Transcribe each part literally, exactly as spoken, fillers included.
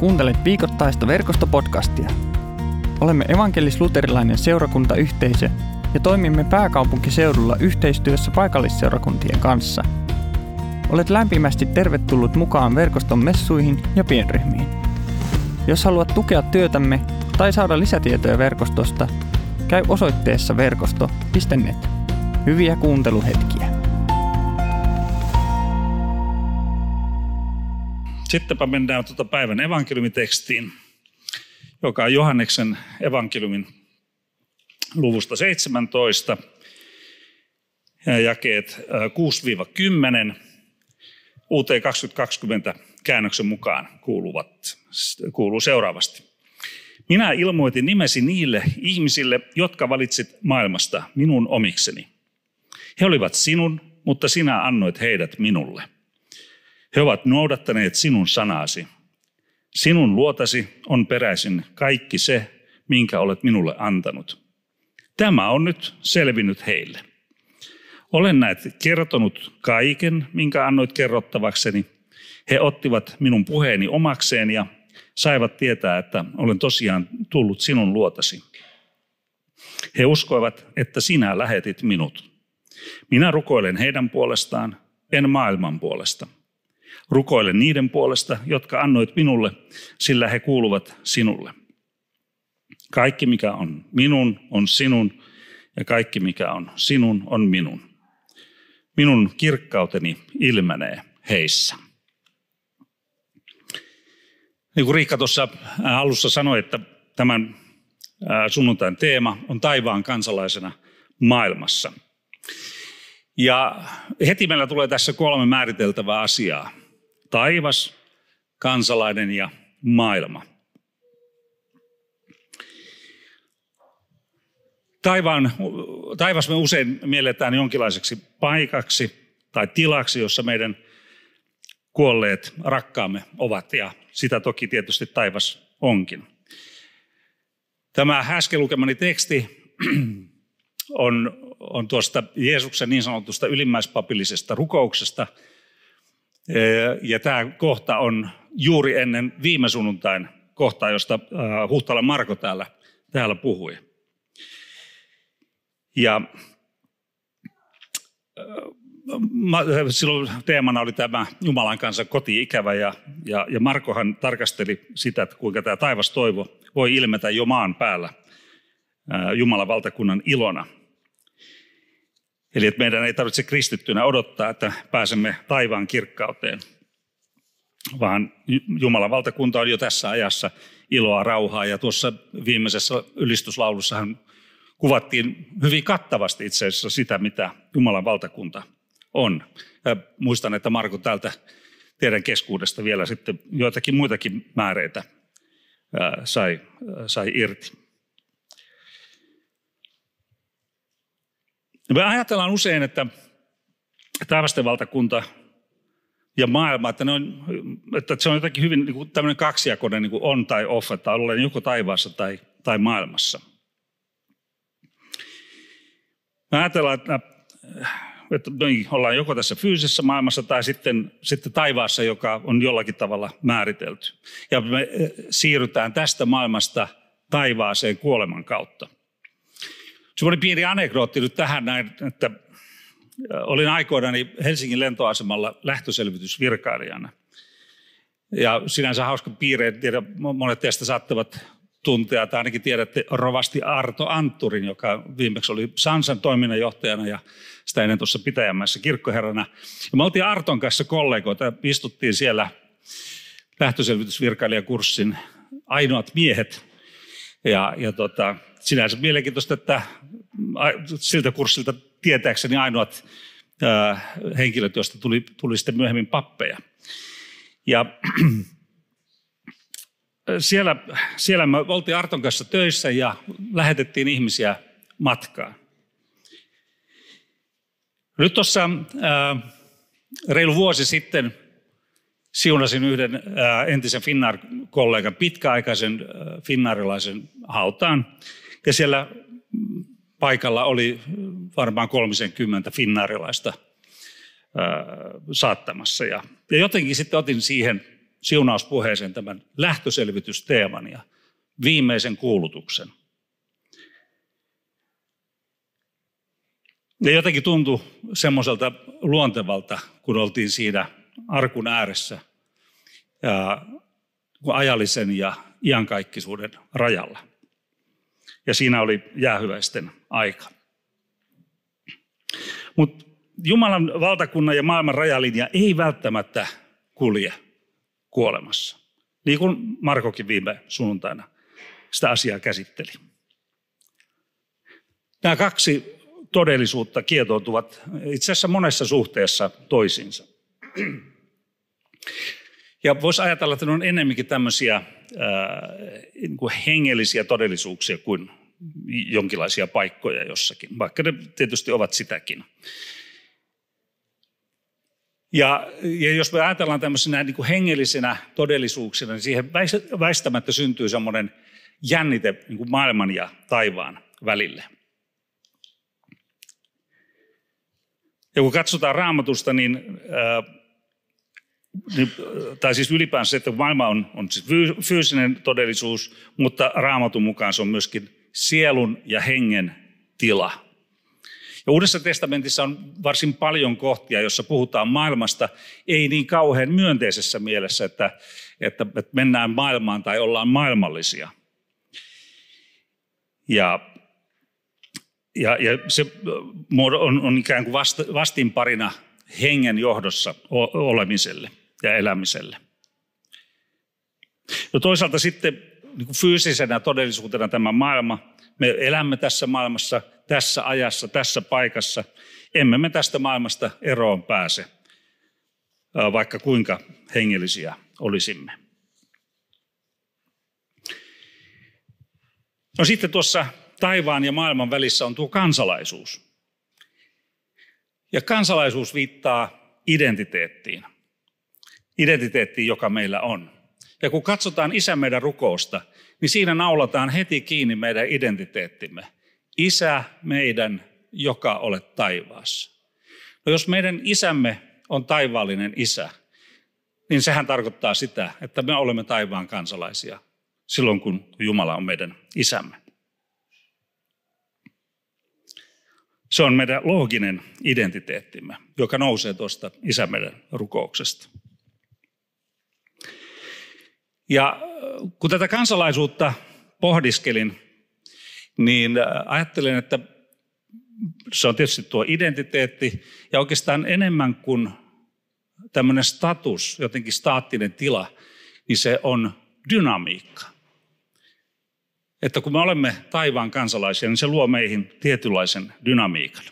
Kuuntelet viikoittaista verkostopodcastia. Olemme evankelis-luterilainen seurakuntayhteisö ja toimimme pääkaupunkiseudulla yhteistyössä paikallisseurakuntien kanssa. Olet lämpimästi tervetullut mukaan verkoston messuihin ja pienryhmiin. Jos haluat tukea työtämme tai saada lisätietoja verkostosta, käy osoitteessa verkosto piste net. Hyviä kuunteluhetkiä. Sittenpä mennään tuota päivän evankeliumitekstiin, joka on Johanneksen evankeliumin luvusta seitsemäntoista, jakeet kuusi kymmenen, U T kaksituhattakaksikymmentä käännöksen mukaan kuuluvat, kuuluu seuraavasti. Minä ilmoitin nimesi niille ihmisille, jotka valitsit maailmasta minun omikseni. He olivat sinun, mutta sinä annoit heidät minulle. He ovat noudattaneet sinun sanasi. Sinun luotasi on peräisin kaikki se, minkä olet minulle antanut. Tämä on nyt selvinnyt heille. Olen näet kertonut kaiken, minkä annoit kerrottavakseni. He ottivat minun puheeni omakseen ja saivat tietää, että olen tosiaan tullut sinun luotasi. He uskoivat, että sinä lähetit minut. Minä rukoilen heidän puolestaan, en maailman puolesta. Rukoilen niiden puolesta, jotka annoit minulle, sillä he kuuluvat sinulle. Kaikki, mikä on minun, on sinun, ja kaikki, mikä on sinun, on minun. Minun kirkkauteni ilmenee heissä. Niin kuin Riikka tuossa alussa sanoi, että tämän sunnuntain teema on taivaan kansalaisena maailmassa. Ja heti meillä tulee tässä kolme määriteltävää asiaa. Taivas, kansalainen ja maailma. Taivaan, taivas me usein mielletään jonkinlaiseksi paikaksi tai tilaksi, jossa meidän kuolleet rakkaamme ovat, ja sitä toki tietysti taivas onkin. Tämä äsken lukemani teksti on, on tuosta Jeesuksen niin sanotusta ylimmäispapillisesta rukouksesta, ja tämä kohta on juuri ennen viime sunnuntain kohtaa, josta Huhtalan Marko täällä, täällä puhui. Ja silloin teemana oli tämä Jumalan kanssa koti-ikävä, ja, ja, ja Markohan tarkasteli sitä, että kuinka tämä taivastoivo voi ilmetä jo maan päällä ää, Jumalan valtakunnan ilona. Eli että meidän ei tarvitse kristittynä odottaa, että pääsemme taivaan kirkkauteen, vaan Jumalan valtakunta on jo tässä ajassa iloa, rauhaa, ja tuossa viimeisessä ylistyslaulussahan kuvattiin hyvin kattavasti itse asiassa sitä, mitä Jumalan valtakunta on. Ja muistan, että Marko täältä teidän keskuudesta vielä sitten joitakin muitakin määreitä sai, sai irti. Me ajatellaan usein, että taivasten valtakunta ja maailma, että, ne on, että se on jotenkin hyvin niin kuin tämmöinen kaksijakoinen niin kuin on tai off, että ollaan joko taivaassa tai, tai maailmassa. Me ajatellaan, että, että ollaan joko tässä fyysisessä maailmassa tai sitten, sitten taivaassa, joka on jollakin tavalla määritelty. Ja me siirrytään tästä maailmasta taivaaseen kuoleman kautta. Semmoinen pieni anekdootti nyt tähän näin, että olin aikoinani Helsingin lentoasemalla lähtöselvitysvirkailijana. Ja sinänsä hauska piirre, en tiedä, monet teistä saattavat tuntea, tai ainakin tiedätte rovasti Arto Antturin, joka viimeksi oli Sansan toiminnanjohtajana ja sitä ennen tuossa Pitäjänmäessä kirkkoherrana. Ja me oltiin Arton kanssa kollegoita, istuttiin siellä lähtöselvitysvirkailijakurssin ainoat miehet. Ja, ja tota, sinänsä mielenkiintoista, että siltä kurssilta tietääkseni ainoat ää, henkilöt, joista tuli, tuli sitten myöhemmin pappeja. Ja Siellä, siellä me oltiin Arton kanssa töissä ja lähetettiin ihmisiä matkaan. Nyt tuossa ää, reilu vuosi sitten siunasin yhden ää, entisen Finnair-kollegan, pitkäaikaisen ää, finnairilaisen hautaan. Ja siellä paikalla oli varmaan kolmisenkymmentä finnairilaista ää, saattamassa. Ja, ja jotenkin sitten otin siihen siunauspuheeseen tämän lähtöselvitysteeman ja viimeisen kuulutuksen. Ja jotenkin tuntui semmoiselta luontevalta, kun oltiin siinä arkun ääressä ja ajallisen ja iankaikkisuuden rajalla. Ja siinä oli jäähyväisten aika. Mutta Jumalan valtakunnan ja maailman rajalinja ei välttämättä kulje kuolemassa. Niin kuin Markokin viime sunnuntaina sitä asiaa käsitteli. Nämä kaksi todellisuutta kietoutuvat itse asiassa monessa suhteessa toisiinsa. Ja voisi ajatella, että ne on enemmänkin tämmöisiä ää, niin kuin hengellisiä todellisuuksia kuin jonkinlaisia paikkoja jossakin, vaikka ne tietysti ovat sitäkin. Ja, ja jos me ajatellaan tämmöisenä niin kuin hengellisenä todellisuuksina, niin siihen väistämättä syntyy semmoinen jännite niin kuin maailman ja taivaan välille. Ja kun katsotaan Raamatusta, niin, ää, niin tai siis ylipäänsä se, että maailma on, on siis fyysinen todellisuus, mutta Raamatun mukaan se on myöskin sielun ja hengen tila. Ja Uudessa testamentissa on varsin paljon kohtia, jossa puhutaan maailmasta, ei niin kauhean myönteisessä mielessä, että, että, että mennään maailmaan tai ollaan maailmallisia. Ja, ja, ja se on, on ikään kuin vast, vastinparina hengen johdossa olemiselle ja elämiselle. No toisaalta sitten niin kuin fyysisenä todellisuutena tämä maailma, me elämme tässä maailmassa, tässä ajassa, tässä paikassa. Emme me tästä maailmasta eroon pääse, vaikka kuinka hengellisiä olisimme. No sitten tuossa taivaan ja maailman välissä on tuo kansalaisuus. Ja kansalaisuus viittaa identiteettiin. Identiteettiin, joka meillä on. Ja kun katsotaan Isä meidän rukousta, niin siinä naulataan heti kiinni meidän identiteettimme. Isä meidän, joka olet taivaassa. No jos meidän isämme on taivaallinen isä, niin sehän tarkoittaa sitä, että me olemme taivaan kansalaisia silloin, kun Jumala on meidän isämme. Se on meidän looginen identiteettimme, joka nousee tuosta Isä meidän rukouksesta. Ja kun tätä kansalaisuutta pohdiskelin, niin ajattelin, että se on tietysti tuo identiteetti ja oikeastaan enemmän kuin tämmöinen status, jotenkin staattinen tila, niin se on dynamiikka. Että kun me olemme taivaan kansalaisia, niin se luo meihin tietynlaisen dynamiikan.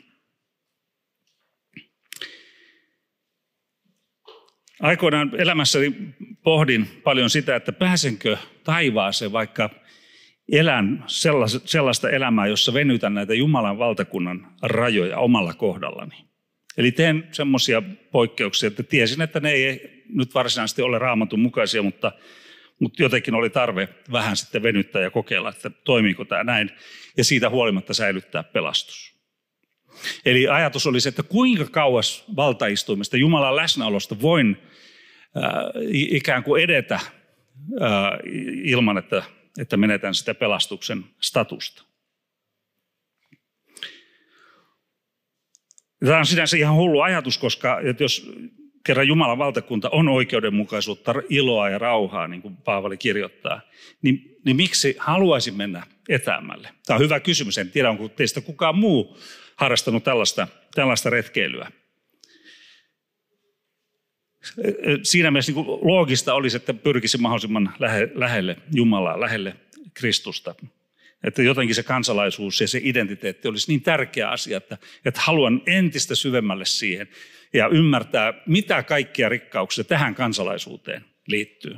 Aikoinaan elämässäni pohdin paljon sitä, että pääsenkö taivaaseen, vaikka elän sellaista elämää, jossa venytän näitä Jumalan valtakunnan rajoja omalla kohdallani. Eli teen semmoisia poikkeuksia, että tiesin, että ne ei nyt varsinaisesti ole Raamatun mukaisia, mutta, mutta jotenkin oli tarve vähän sitten venyttää ja kokeilla, että toimiiko tämä näin, ja siitä huolimatta säilyttää pelastus. Eli ajatus oli se, että kuinka kauas valtaistuimesta, Jumalan läsnäolosta voin äh, ikään kuin edetä äh, ilman, että, että menetän sitä pelastuksen statusta. Tämä on sinänsä ihan hullu ajatus, koska että jos kerran Jumalan valtakunta on oikeudenmukaisuutta, iloa ja rauhaa, niin kuin Paavali kirjoittaa, niin, niin miksi haluaisin mennä etäämmälle? Tämä on hyvä kysymys. En tiedä, onko teistä kukaan muu harrastanut tällaista, tällaista retkeilyä. Siinä mielessä niin kuin loogista olisi, että pyrkisi mahdollisimman lähe, lähelle Jumalaa, lähelle Kristusta. Että jotenkin se kansalaisuus ja se identiteetti olisi niin tärkeä asia, että, että haluan entistä syvemmälle siihen ja ymmärtää, mitä kaikkia rikkauksia tähän kansalaisuuteen liittyy.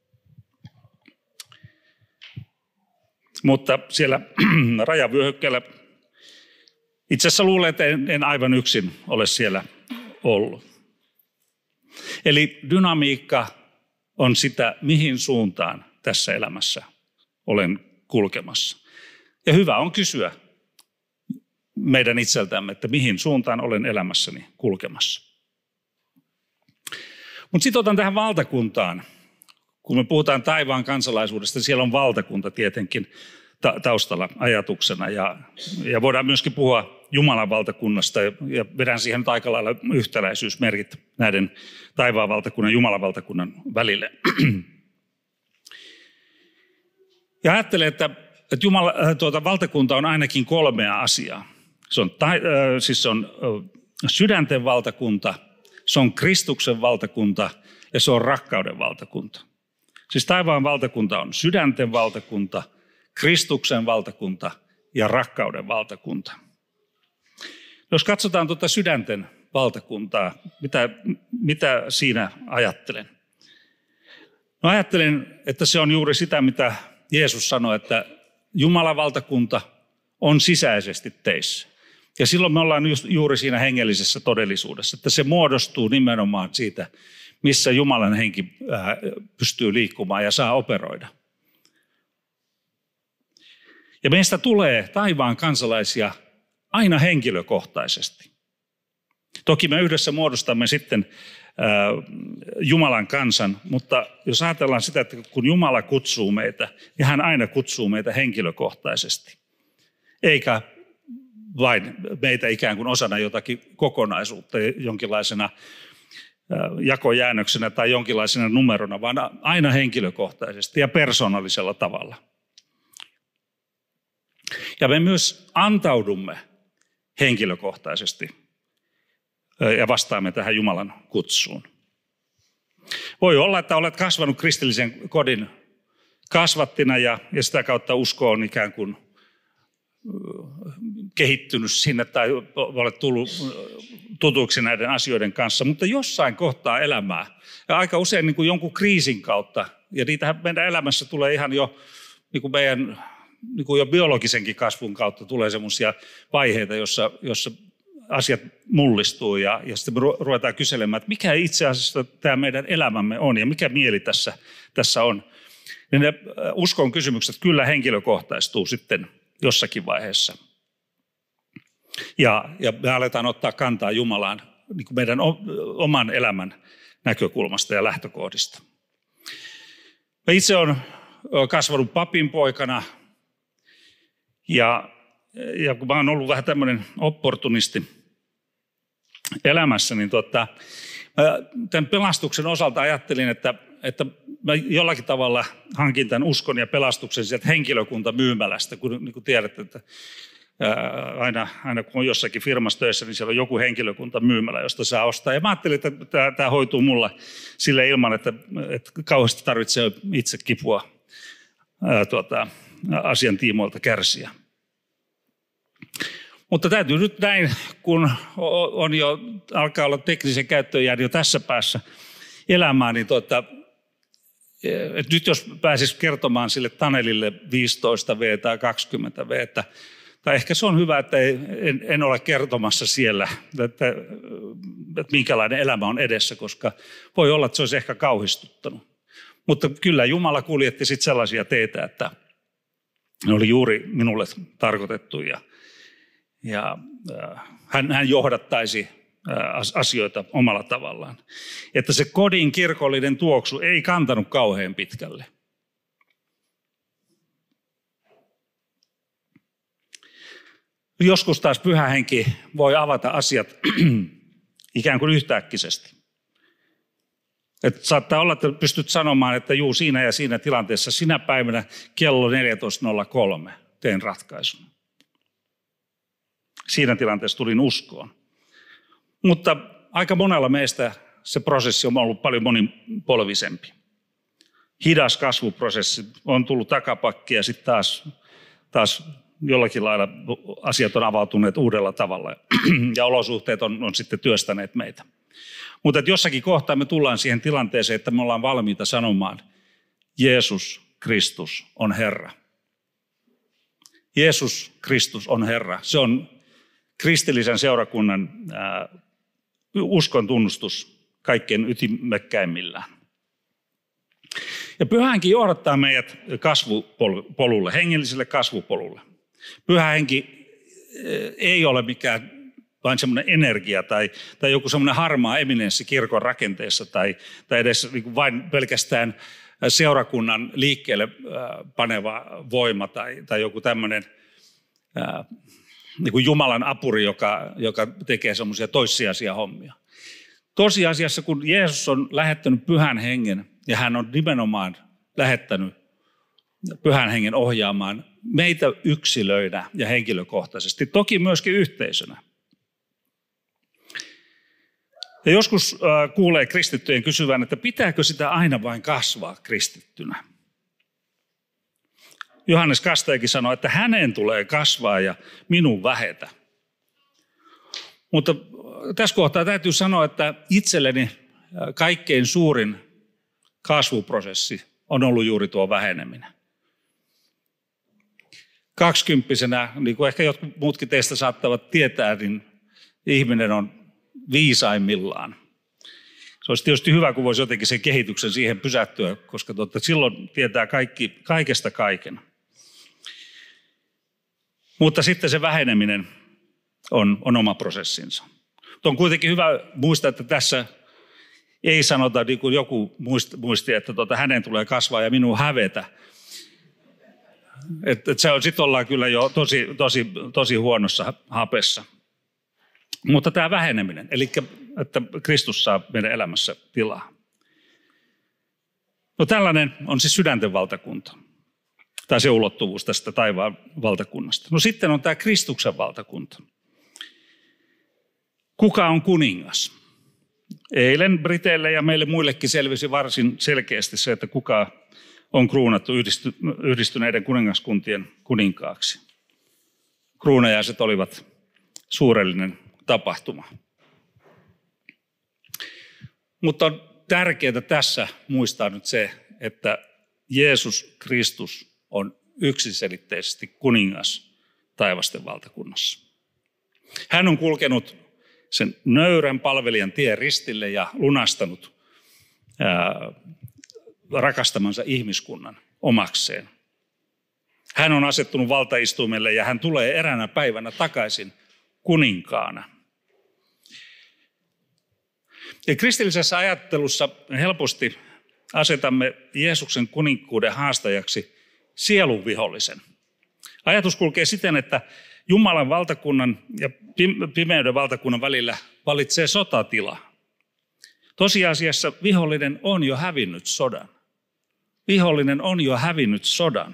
Mutta siellä rajavyöhykkeellä itse asiassa luulen, että en, en aivan yksin ole siellä ollut. Eli dynamiikka on sitä, mihin suuntaan tässä elämässä olen kulkemassa. Ja hyvä on kysyä meidän itseltämme, että mihin suuntaan olen elämässäni kulkemassa. Mutta sitten otan tähän valtakuntaan kun me puhutaan taivaan kansalaisuudesta, niin siellä on valtakunta tietenkin ta- taustalla ajatuksena. Ja, ja voidaan myöskin puhua Jumalan valtakunnasta ja, ja vedän siihen nyt aika lailla yhtäläisyysmerkit näiden taivaan valtakunnan ja Jumalan valtakunnan välille. Ja ajattelen, että, että Jumala, tuota, valtakunta on ainakin kolmea asiaa. Se on, ta, äh, siis se on äh, sydänten valtakunta, se on Kristuksen valtakunta ja se on rakkauden valtakunta. Siis taivaan valtakunta on sydänten valtakunta, Kristuksen valtakunta ja rakkauden valtakunta. Jos katsotaan tuota sydänten valtakuntaa, mitä, mitä siinä ajattelen? No ajattelen, että se on juuri sitä, mitä Jeesus sanoi, että Jumalan valtakunta on sisäisesti teissä. Ja silloin me ollaan just, juuri siinä hengellisessä todellisuudessa, että se muodostuu nimenomaan siitä, missä Jumalan henki ää, pystyy liikkumaan ja saa operoida. Ja meistä tulee taivaan kansalaisia aina henkilökohtaisesti. Toki me yhdessä muodostamme sitten ää, Jumalan kansan, mutta jos ajatellaan sitä, että kun Jumala kutsuu meitä, niin hän aina kutsuu meitä henkilökohtaisesti. Eikä vain meitä ikään kuin osana jotakin kokonaisuutta, jonkinlaisena jakojäännöksenä tai jonkinlaisena numerona, vaan aina henkilökohtaisesti ja persoonallisella tavalla. Ja me myös antaudumme henkilökohtaisesti ja vastaamme tähän Jumalan kutsuun. Voi olla, että olet kasvanut kristillisen kodin kasvattina ja, ja sitä kautta usko on ikään kuin kehittynyt sinne tai olet tullut tutuksi näiden asioiden kanssa, mutta jossain kohtaa elämää ja aika usein niin kuin jonkun kriisin kautta, ja niitähän meidän elämässä tulee ihan jo niin kuin meidän niin kuin jo biologisenkin kasvun kautta tulee semmoisia vaiheita, jossa, jossa asiat mullistuu ja, ja sitten me ruvetaan kyselemään, että mikä itse asiassa tämä meidän elämämme on ja mikä mieli tässä, tässä on. Ja ne uskon kysymykset kyllä henkilökohtaistuu sitten jossakin vaiheessa. Ja, ja me aletaan ottaa kantaa Jumalaan niin kuin meidän oman elämän näkökulmasta ja lähtökohdista. Mä itse olen kasvanut papin poikana ja, ja kun mä oon ollut vähän tämmöinen opportunisti elämässä, niin tota, tämän pelastuksen osalta ajattelin, että, että mä jollakin tavalla hankin tämän uskon ja pelastuksen sieltä henkilökuntamyymälästä, kun niin kuin tiedätte, että Aina, aina kun on jossakin firmassa töissä, niin siellä on joku henkilökuntamyymälä, josta saa ostaa. Ja mä ajattelin, että tämä, tämä hoituu mulla sille ilman, että, että kauheasti tarvitsee itse kipua ää, tuota, asian tiimoilta kärsiä. Mutta täytyy nyt näin, kun on jo, alkaa olla teknisen käyttöön jäänyt jo tässä päässä elämään, niin tuota, että nyt jos pääsisi kertomaan sille Tanelille viisitoista vuotta tai kaksikymmentä vuotta, tai ehkä se on hyvä, että en, en ole kertomassa siellä, että, että minkälainen elämä on edessä, koska voi olla, että se olisi ehkä kauhistuttanut. Mutta kyllä Jumala kuljetti sitten sellaisia teitä, että ne oli juuri minulle tarkoitettu ja, ja hän, hän johdattaisi asioita omalla tavallaan. Että se kodin kirkollinen tuoksu ei kantanut kauhean pitkälle. Joskus taas Pyhä Henki voi avata asiat ikään kuin yhtäkkisesti. Että saattaa olla, että pystyt sanomaan, että juu, siinä ja siinä tilanteessa sinä päivänä kello neljätoista nolla kolme teen ratkaisun. Siinä tilanteessa tulin uskoon. Mutta aika monella meistä se prosessi on ollut paljon monipolvisempi. Hidas kasvuprosessi on tullut takapakki ja sitten taas, taas jollakin lailla asiat on avautuneet uudella tavalla ja olosuhteet on, on sitten työstäneet meitä. Mutta jossakin kohtaa me tullaan siihen tilanteeseen, että me ollaan valmiita sanomaan, Jeesus Kristus on Herra. Jeesus Kristus on Herra. Se on kristillisen seurakunnan ää, uskon tunnustus kaikkein ytimekkäimmillään. Ja Pyhä Henki johdattaa meidät kasvupolulle, hengelliselle kasvupolulle. Pyhä Henki ei ole mikään vain semmoinen energia tai, tai joku semmoinen harmaa eminenssi kirkon rakenteessa tai, tai edes niin kuin vain pelkästään seurakunnan liikkeelle paneva voima tai, tai joku tämmöinen niin kuin Jumalan apuri, joka, joka tekee semmoisia toissijaisia hommia. Tosiasiassa, kun Jeesus on lähettänyt Pyhän Hengen ja hän on nimenomaan lähettänyt Pyhän Hengen ohjaamaan meitä yksilöinä ja henkilökohtaisesti, toki myöskin yhteisönä. Ja joskus äh, kuulee kristittyjen kysyvän, että pitääkö sitä aina vain kasvaa kristittynä. Johannes Kastajakin sanoi, että hänen tulee kasvaa ja minun vähetä. Mutta tässä kohtaa täytyy sanoa, että itselleni kaikkein suurin kasvuprosessi on ollut juuri tuo väheneminen. Kaksikymppisenä, niin kuin ehkä jotkut muutkin teistä saattavat tietää, niin ihminen on viisaimmillaan. Se olisi tietysti hyvä, kun voisi jotenkin sen kehityksen siihen pysähtyä, koska tuota, silloin tietää kaikki, kaikesta kaiken. Mutta sitten se väheneminen on, on oma prosessinsa. Mutta on kuitenkin hyvä muistaa, että tässä ei sanota, niin kuin joku muisti, että tuota, hänen tulee kasvaa ja minun hävetä. Että et se on, sitten ollaan kyllä jo tosi, tosi, tosi huonossa hapessa. Mutta tämä väheneminen, eli että Kristus saa meidän elämässä tilaa. No tällainen on siis sydänten valtakunta, tai se ulottuvuus tästä taivaan valtakunnasta. No sitten on tämä Kristuksen valtakunta. Kuka on kuningas? Eilen Briteille ja meille muillekin selvisi varsin selkeästi se, että kuka on kruunattu yhdisty, yhdistyneiden kuningaskuntien kuninkaaksi. Kruunajaiset olivat suurellinen tapahtuma. Mutta on tärkeää tässä muistaa nyt se, että Jeesus Kristus on yksiselitteisesti kuningas taivasten valtakunnassa. Hän on kulkenut sen nöyrän palvelijan tien ristille ja lunastanut ää, rakastamansa ihmiskunnan omakseen. Hän on asettunut valtaistuimelle ja hän tulee eräänä päivänä takaisin kuninkaana. Ja kristillisessä ajattelussa helposti asetamme Jeesuksen kuninkuuden haastajaksi sielun vihollisen. Ajatus kulkee siten, että Jumalan valtakunnan ja pimeyden valtakunnan välillä valitsee sotatila. Tosiasiassa vihollinen on jo hävinnyt sodan. Vihollinen on jo hävinnyt sodan.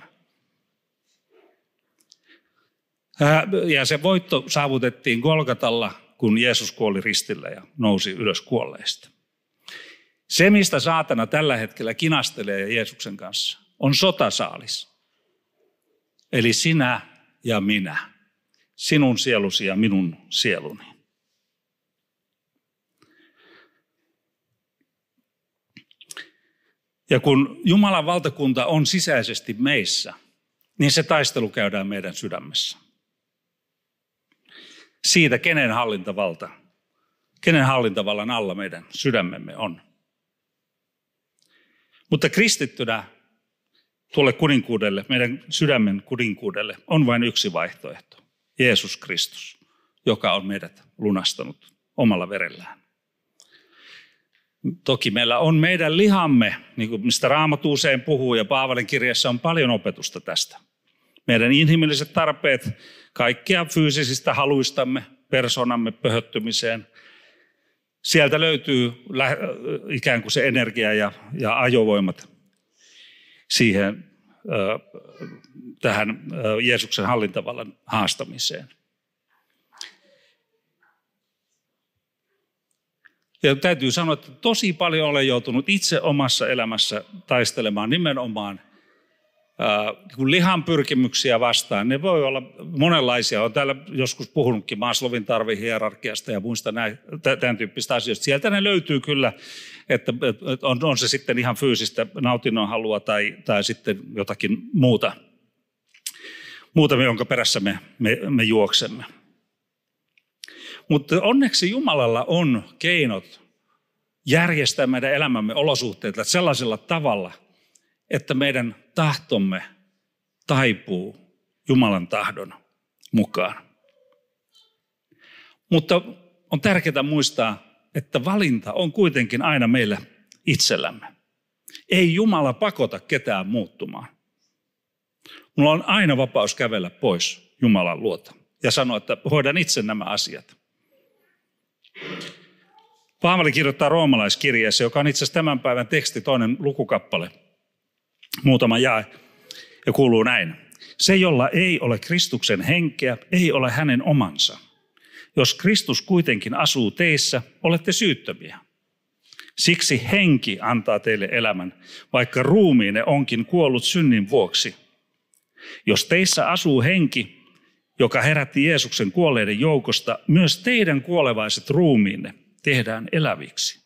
Ja se voitto saavutettiin Golgatalla, kun Jeesus kuoli ristillä ja nousi ylös kuolleista. Se, mistä saatana tällä hetkellä kinastelee Jeesuksen kanssa, on sotasaalis. Eli sinä ja minä. Sinun sielusi ja minun sieluni. Ja kun Jumalan valtakunta on sisäisesti meissä, niin se taistelu käydään meidän sydämessä. Siitä, kenen hallintavalta, kenen hallintavallan alla meidän sydämemme on. Mutta kristittynä tuolle kuninkuudelle, meidän sydämen kuninkuudelle, on vain yksi vaihtoehto. Jeesus Kristus, joka on meidät lunastanut omalla verellään. Toki meillä on meidän lihamme, niin kuin mistä Raamattu usein puhuu, ja Paavalin kirjassa on paljon opetusta tästä. Meidän inhimilliset tarpeet, kaikkia fyysisistä haluistamme, persoonamme pöhöttymiseen. Sieltä löytyy ikään kuin se energia ja, ja ajovoimat siihen, tähän Jeesuksen hallintavallan haastamiseen. Ja täytyy sanoa, että tosi paljon olen joutunut itse omassa elämässä taistelemaan nimenomaan kun lihan pyrkimyksiä vastaan. Ne voi olla monenlaisia. Olen täällä joskus puhunutkin Maslowin tarvehierarkiasta ja muista näin, tämän tyyppistä asioista. Sieltä ne löytyy kyllä, että on, on se sitten ihan fyysistä nautinnon halua tai, tai sitten jotakin muuta, muuta jonka perässä me, me, me juoksemme. Mutta onneksi Jumalalla on keinot järjestää meidän elämämme olosuhteita sellaisella tavalla, että meidän tahtomme taipuu Jumalan tahdon mukaan. Mutta on tärkeää muistaa, että valinta on kuitenkin aina meillä itsellämme. Ei Jumala pakota ketään muuttumaan. Mulla on aina vapaus kävellä pois Jumalan luota ja sanoa, että hoidan itse nämä asiat. Paavali kirjoittaa roomalaiskirjeessä, joka on itse asiassa tämän päivän teksti, toinen lukukappale, muutama jae, ja kuuluu näin. Se, jolla ei ole Kristuksen henkeä, ei ole hänen omansa. Jos Kristus kuitenkin asuu teissä, olette syyttömiä. Siksi henki antaa teille elämän, vaikka ruumiinne onkin kuollut synnin vuoksi. Jos teissä asuu henki, joka herätti Jeesuksen kuolleiden joukosta, myös teidän kuolevaiset ruumiinne tehdään eläviksi.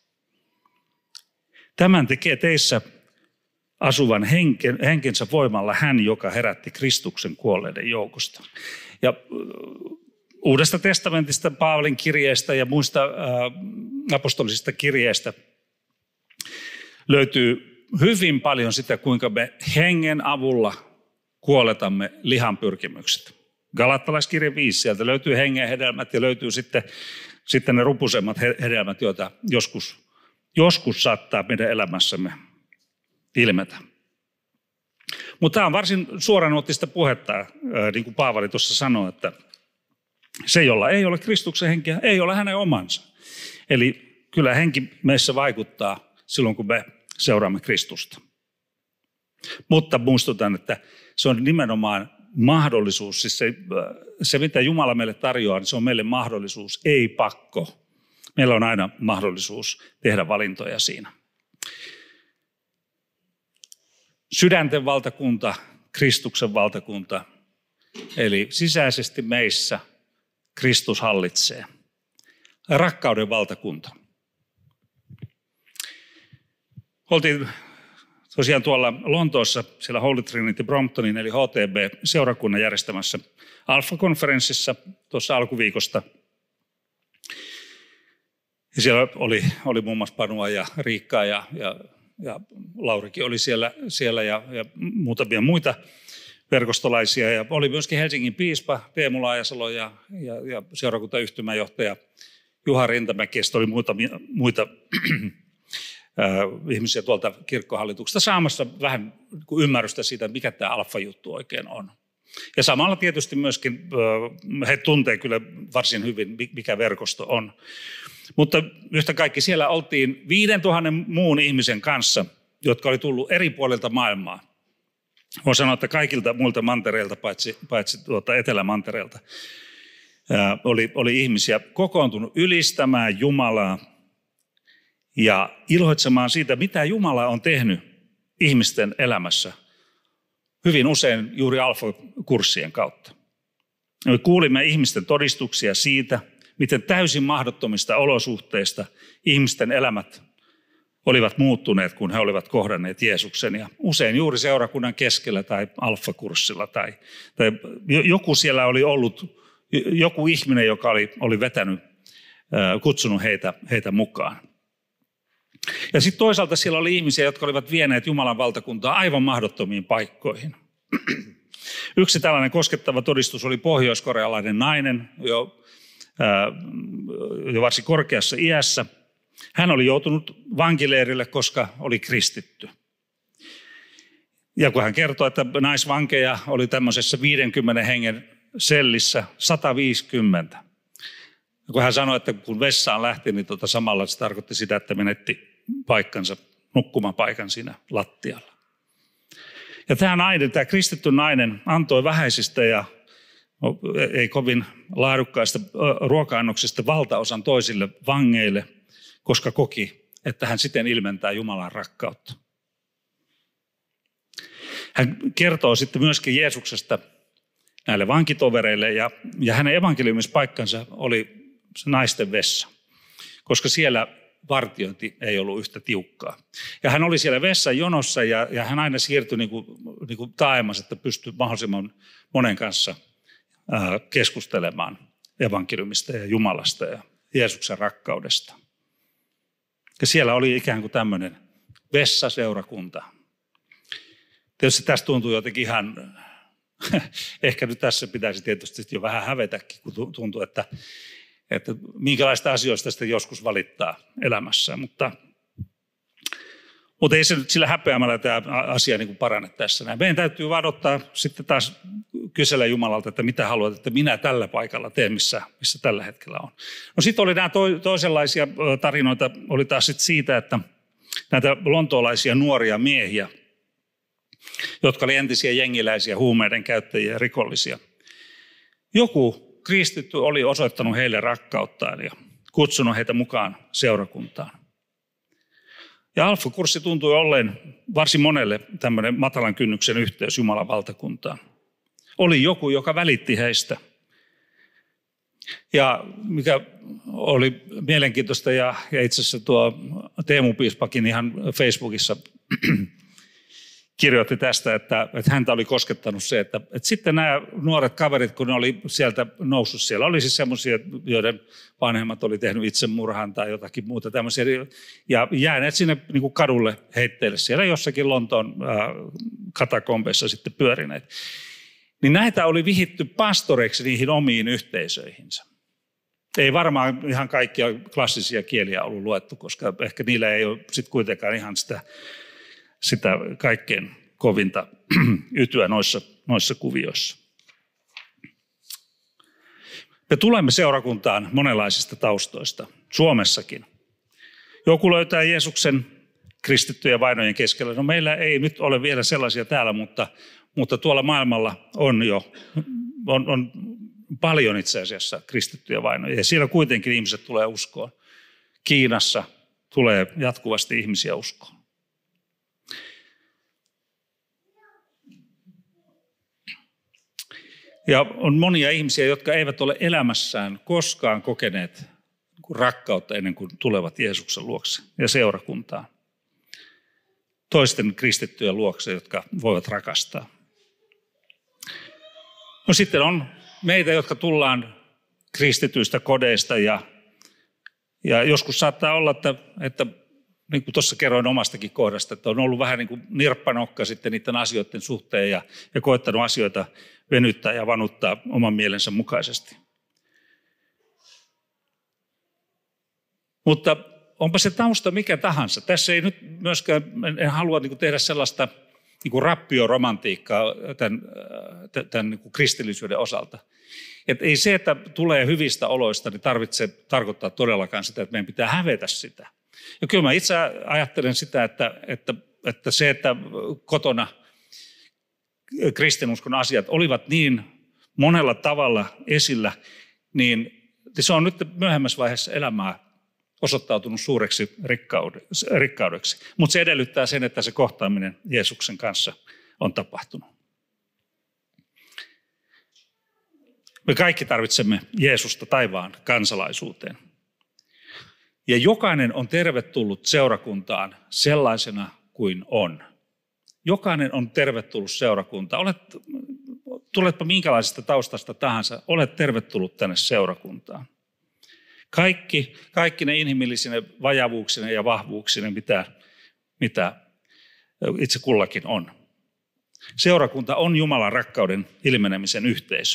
Tämän tekee teissä asuvan henken, henkensä voimalla hän, joka herätti Kristuksen kuolleiden joukosta. Ja Uudesta testamentista, Paavalin kirjeistä ja muista ää, apostolisista kirjeistä löytyy hyvin paljon sitä, kuinka me hengen avulla kuoletamme lihan pyrkimykset. Galattalaiskirje viisi, sieltä löytyy hengen hedelmät ja löytyy sitten, sitten ne rupusemmat hedelmät, joita joskus, joskus saattaa meidän elämässämme ilmetä. Mutta tämä on varsin suoranuottista puhetta, niin kuin Paavali tuossa sanoi, että se, jolla ei ole Kristuksen henkeä, ei ole hänen omansa. Eli kyllä henki meissä vaikuttaa silloin, kun me seuraamme Kristusta. Mutta muistutan, että se on nimenomaan mahdollisuus, siis se, se mitä Jumala meille tarjoaa, niin se on meille mahdollisuus, ei pakko. Meillä on aina mahdollisuus tehdä valintoja siinä. Sydänten valtakunta, Kristuksen valtakunta, eli sisäisesti meissä Kristus hallitsee. Rakkauden valtakunta. Oltiin tosiaan tuolla Lontoossa, siellä Holy Trinity Bromptonin eli H T B-seurakunnan järjestämässä Alpha-konferenssissa tuossa alkuviikosta. Ja siellä oli, oli muun muassa Panua ja Riikkaa ja, ja, ja Laurikin oli siellä, siellä ja, ja muutamia muita verkostolaisia. Ja oli myöskin Helsingin piispa Teemu Laajasalo ja, ja, ja seurakuntayhtymäjohtaja Juha Rintamäki. Ja oli muutamia muita ihmisiä tuolta kirkkohallituksesta saamassa vähän ymmärrystä siitä, mikä tämä alfa-juttu oikein on. Ja samalla tietysti myöskin he tuntee kyllä varsin hyvin, mikä verkosto on. Mutta yhtä kaikki siellä oltiin viidentuhannen muun ihmisen kanssa, jotka oli tullut eri puolilta maailmaa. Voin sanoa, että kaikilta muilta mantereilta, paitsi, paitsi tuota Etelämantereelta, oli, oli ihmisiä kokoontunut ylistämään Jumalaa ja iloitsemaan siitä, mitä Jumala on tehnyt ihmisten elämässä, hyvin usein juuri alfa-kurssien kautta. Me kuulimme ihmisten todistuksia siitä, miten täysin mahdottomista olosuhteista ihmisten elämät olivat muuttuneet, kun he olivat kohdanneet Jeesuksen. Ja usein juuri seurakunnan keskellä tai alfa-kurssilla tai, tai joku siellä oli ollut, joku ihminen, joka oli, oli vetänyt, kutsunut heitä, heitä mukaan. Ja sitten toisaalta siellä oli ihmisiä, jotka olivat vieneet Jumalan valtakuntaa aivan mahdottomiin paikkoihin. Yksi tällainen koskettava todistus oli pohjoiskorealainen nainen jo, ää, jo varsin korkeassa iässä. Hän oli joutunut vankileirille, koska oli kristitty. Ja kun hän kertoi, että naisvankeja oli tämmöisessä viidenkymmenen hengen sellissä sata viisikymmentä. Ja kun hän sanoi, että kun vessaan lähti, niin tota samalla se tarkoitti sitä, että menetti paikkansa, nukkumapaikan siinä lattialla. Ja tämä nainen, tämä kristitty nainen antoi vähäisistä ja ei kovin laadukkaista ruoka-annoksista valtaosan toisille vangeille, koska koki, että hän siten ilmentää Jumalan rakkautta. Hän kertoo sitten myöskin Jeesuksesta näille vankitovereille ja, ja hänen evankeliumispaikkansa oli se naisten vessa, koska siellä vartiointi ei ollut yhtä tiukkaa. Ja hän oli siellä vessan jonossa ja, ja hän aina siirtyi niin kuin, niin kuin taaemmas, että pystyi mahdollisimman monen kanssa ää, keskustelemaan evankeliumista ja Jumalasta ja Jeesuksen rakkaudesta. Ja siellä oli ikään kuin tämmöinen vessaseurakunta. Tietysti tästä tuntuu jotenkin ihan, ehkä nyt tässä pitäisi tietysti jo vähän hävetäkin, kun tuntuu, että että minkälaista asioista sitten joskus valittaa elämässä. Mutta Mutta ei se nyt sillä häpeämällä tämä asia niin kuin parane tässä näin. Meidän täytyy vaan ottaa sitten taas kysellä Jumalalta, että mitä haluat, että minä tällä paikalla teen, missä, missä tällä hetkellä on. No sitten oli nämä to, toisenlaisia tarinoita, oli taas sit siitä, että näitä lontoolaisia nuoria miehiä, jotka oli entisiä jengiläisiä, huumeiden käyttäjiä ja rikollisia. Joku kristitty oli osoittanut heille rakkauttaan ja kutsunut heitä mukaan seurakuntaan. Ja Alfa-kurssi tuntui olleen varsin monelle tämmöinen matalan kynnyksen yhteys Jumalan valtakuntaan. Oli joku, joka välitti heistä. Ja mikä oli mielenkiintoista, ja, ja itse asiassa tuo Teemu Piispakin ihan Facebookissa kirjoitti tästä, että, että häntä oli koskettanut se, että, että sitten nämä nuoret kaverit, kun ne oli sieltä noussut, siellä oli siis semmoisia, joiden vanhemmat oli tehnyt itsemurhan tai jotakin muuta tämmöisiä, ja jääneet sinne niin kuin kadulle heitteille siellä jossakin Lontoon äh, katakombeissa sitten pyörineet. Niin näitä oli vihitty pastoreiksi niihin omiin yhteisöihinsä. Ei varmaan ihan kaikkia klassisia kieliä ollut luettu, koska ehkä niillä ei ole sitten kuitenkaan ihan sitä, sitä kaikkein kovinta ytyä noissa, noissa kuvioissa. Me tulemme seurakuntaan monenlaisista taustoista, Suomessakin. Joku löytää Jeesuksen kristittyjen vainojen keskellä. No meillä ei nyt ole vielä sellaisia täällä, mutta, mutta tuolla maailmalla on jo on, on paljon itse asiassa kristittyjä vainoja. Ja siellä kuitenkin ihmiset tulee uskoon. Kiinassa tulee jatkuvasti ihmisiä uskoon. Ja on monia ihmisiä, jotka eivät ole elämässään koskaan kokeneet rakkautta ennen kuin tulevat Jeesuksen luokse ja seurakuntaan. Toisten kristittyjen luokse, jotka voivat rakastaa. No sitten on meitä, jotka tullaan kristityistä kodeista ja, ja joskus saattaa olla, että, että niin kuin tuossa kerroin omastakin kohdasta, että on ollut vähän niin kuin nirppanokka sitten niiden asioiden suhteen ja, ja koettanut asioita venyttää ja vanuttaa oman mielensä mukaisesti. Mutta onpa se tausta mikä tahansa. Tässä ei nyt myöskään, en halua niin kuin tehdä sellaista niin kuin rappioromantiikkaa tämän, tämän niin kuin kristillisyyden osalta. Et ei se, että tulee hyvistä oloista, niin tarvitse tarkoittaa todellakaan sitä, että meidän pitää hävetä sitä. Ja kyllä mä itse ajattelen sitä, että, että, että se, että kotona kristinuskon asiat olivat niin monella tavalla esillä, niin se on nyt myöhemmässä vaiheessa elämää osoittautunut suureksi rikkaudeksi. Mutta se edellyttää sen, että se kohtaaminen Jeesuksen kanssa on tapahtunut. Me kaikki tarvitsemme Jeesusta taivaan kansalaisuuteen. Ja jokainen on tervetullut seurakuntaan sellaisena kuin on. Jokainen on tervetullut seurakuntaan. Olet, tuletpa minkälaisesta taustasta tahansa, olet tervetullut tänne seurakuntaan. Kaikki, kaikki ne inhimillisine vajavuuksine ja vahvuuksine, mitä, mitä itse kullakin on. Seurakunta on Jumalan rakkauden ilmenemisen yhteisö.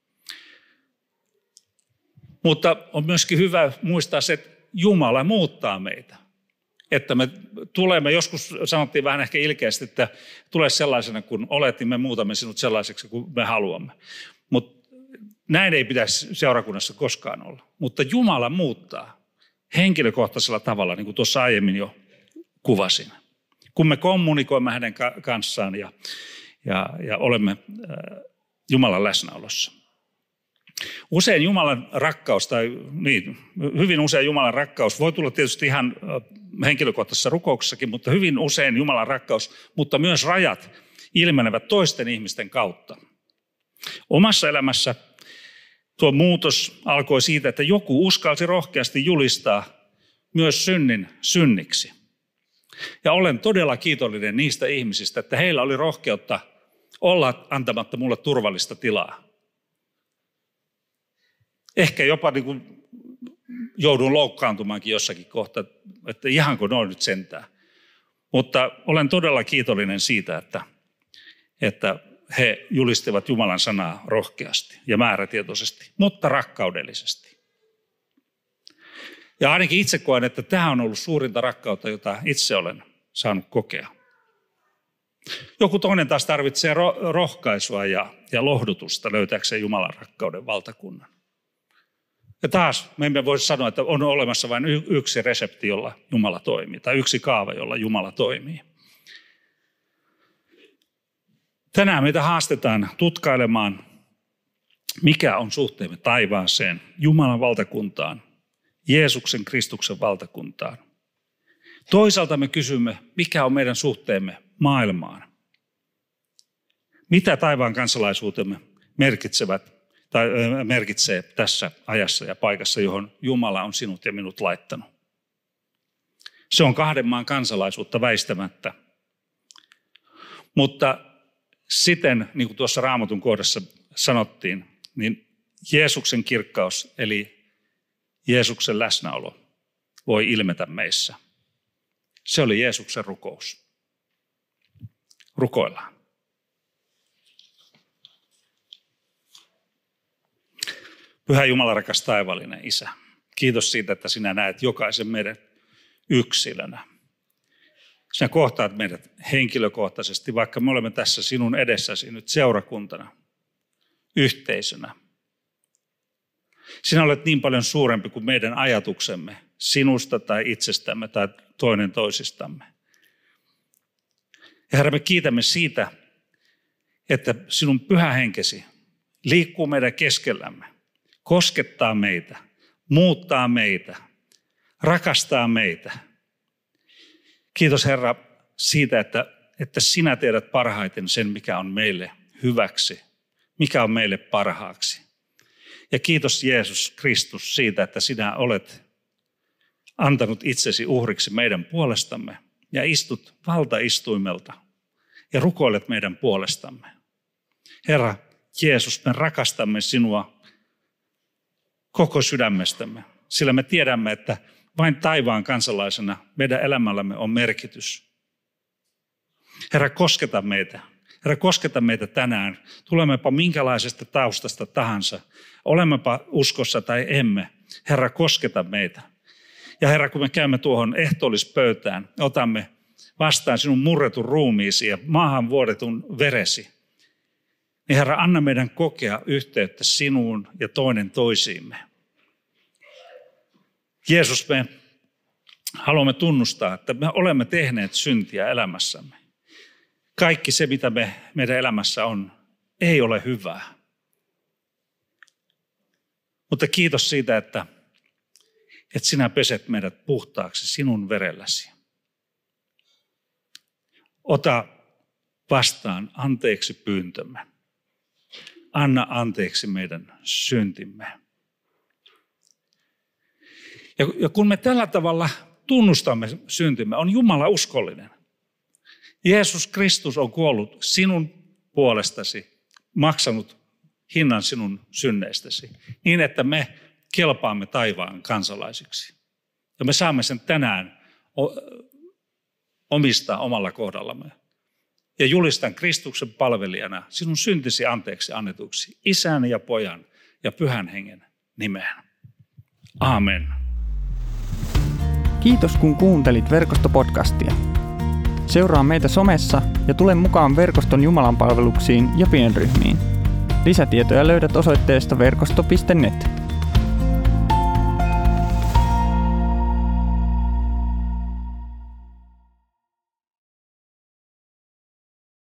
Mutta on myöskin hyvä muistaa se, että Jumala muuttaa meitä. Että me tulemme, joskus sanottiin vähän ehkä ilkeästi, että tule sellaisena kuin olet, niin me muutamme sinut sellaiseksi kuin me haluamme. Mutta näin ei pitäisi seurakunnassa koskaan olla. Mutta Jumala muuttaa henkilökohtaisella tavalla, niin kuin tuossa aiemmin jo kuvasin. Kun me kommunikoimme hänen kanssaan ja, ja, ja olemme Jumalan läsnäolossa. Usein Jumalan rakkaus, tai niin, hyvin usein Jumalan rakkaus voi tulla tietysti ihan henkilökohtaisessa rukouksessakin, mutta hyvin usein Jumalan rakkaus, mutta myös rajat ilmenevät toisten ihmisten kautta. Omassa elämässä tuo muutos alkoi siitä, että joku uskalsi rohkeasti julistaa myös synnin synniksi. Ja olen todella kiitollinen niistä ihmisistä, että heillä oli rohkeutta olla antamatta mulle turvallista tilaa. Ehkä jopa niin kuin joudun loukkaantumaankin jossakin kohtaa, että ihanko noin nyt sentään. Mutta olen todella kiitollinen siitä, että, että he julistivat Jumalan sanaa rohkeasti ja määrätietoisesti, mutta rakkaudellisesti. Ja ainakin itse koen, että tämä on ollut suurinta rakkautta, jota itse olen saanut kokea. Joku toinen taas tarvitsee ro- rohkaisua ja, ja lohdutusta löytääkseen Jumalan rakkauden valtakunnan. Ja taas me emme voi sanoa, että on olemassa vain y- yksi resepti, jolla Jumala toimii, tai yksi kaava, jolla Jumala toimii. Tänään meitä haastetaan tutkailemaan, mikä on suhteemme taivaaseen, Jumalan valtakuntaan, Jeesuksen Kristuksen valtakuntaan. Toisaalta me kysymme, mikä on meidän suhteemme maailmaan. Mitä taivaan kansalaisuutemme merkitsevät tai merkitsee tässä ajassa ja paikassa, johon Jumala on sinut ja minut laittanut. Se on kahden maan kansalaisuutta väistämättä. Mutta siten, niin kuin tuossa Raamatun kohdassa sanottiin, niin Jeesuksen kirkkaus, eli Jeesuksen läsnäolo, voi ilmetä meissä. Se oli Jeesuksen rukous. Rukoillaan. Pyhä Jumala, rakas taivaallinen Isä, kiitos siitä, että sinä näet jokaisen meidän yksilönä. Sinä kohtaat meidät henkilökohtaisesti, vaikka me olemme tässä sinun edessäsi nyt seurakuntana, yhteisönä. Sinä olet niin paljon suurempi kuin meidän ajatuksemme sinusta tai itsestämme tai toinen toisistamme. Ja Herra, me kiitämme siitä, että sinun pyhä henkesi liikkuu meidän keskellämme, koskettaa meitä, muuttaa meitä, rakastaa meitä. Kiitos Herra siitä, että, että sinä tiedät parhaiten sen, mikä on meille hyväksi, mikä on meille parhaaksi. Ja kiitos Jeesus Kristus siitä, että sinä olet antanut itsesi uhriksi meidän puolestamme ja istut valtaistuimelta ja rukoilet meidän puolestamme. Herra Jeesus, me rakastamme sinua koko sydämestämme, sillä me tiedämme, että vain taivaan kansalaisena meidän elämällämme on merkitys. Herra, kosketa meitä. Herra, kosketa meitä tänään. Tulemmepa minkälaisesta taustasta tahansa. Olemmepa uskossa tai emme. Herra, kosketa meitä. Ja Herra, kun me käymme tuohon ehtoollispöytään, otamme vastaan sinun murretun ruumiisi ja maahan vuodetun veresi, niin Herra, anna meidän kokea yhteyttä sinuun ja toinen toisiimme. Jeesus, me haluamme tunnustaa, että me olemme tehneet syntiä elämässämme. Kaikki se, mitä me, meidän elämässä on, ei ole hyvää. Mutta kiitos siitä, että, että sinä peset meidät puhtaaksi sinun verelläsi. Ota vastaan anteeksi pyyntömme. Anna anteeksi meidän syntimme. Ja, ja kun me tällä tavalla tunnustamme syntimme, on Jumala uskollinen. Jeesus Kristus on kuollut sinun puolestasi, maksanut hinnan sinun synneistäsi, niin että me kelpaamme taivaan kansalaisiksi. Ja me saamme sen tänään omistaa omalla kohdallamme. Ja julistan Kristuksen palvelijana sinun syntisi anteeksi annetuksi Isän ja Pojan ja Pyhän Hengen nimeen. Aamen. Kiitos kun kuuntelit Verkosto-podcastia. Seuraa meitä somessa ja tule mukaan verkoston jumalanpalveluksiin ja pienryhmiin. Lisätietoja löydät osoitteesta verkosto piste net.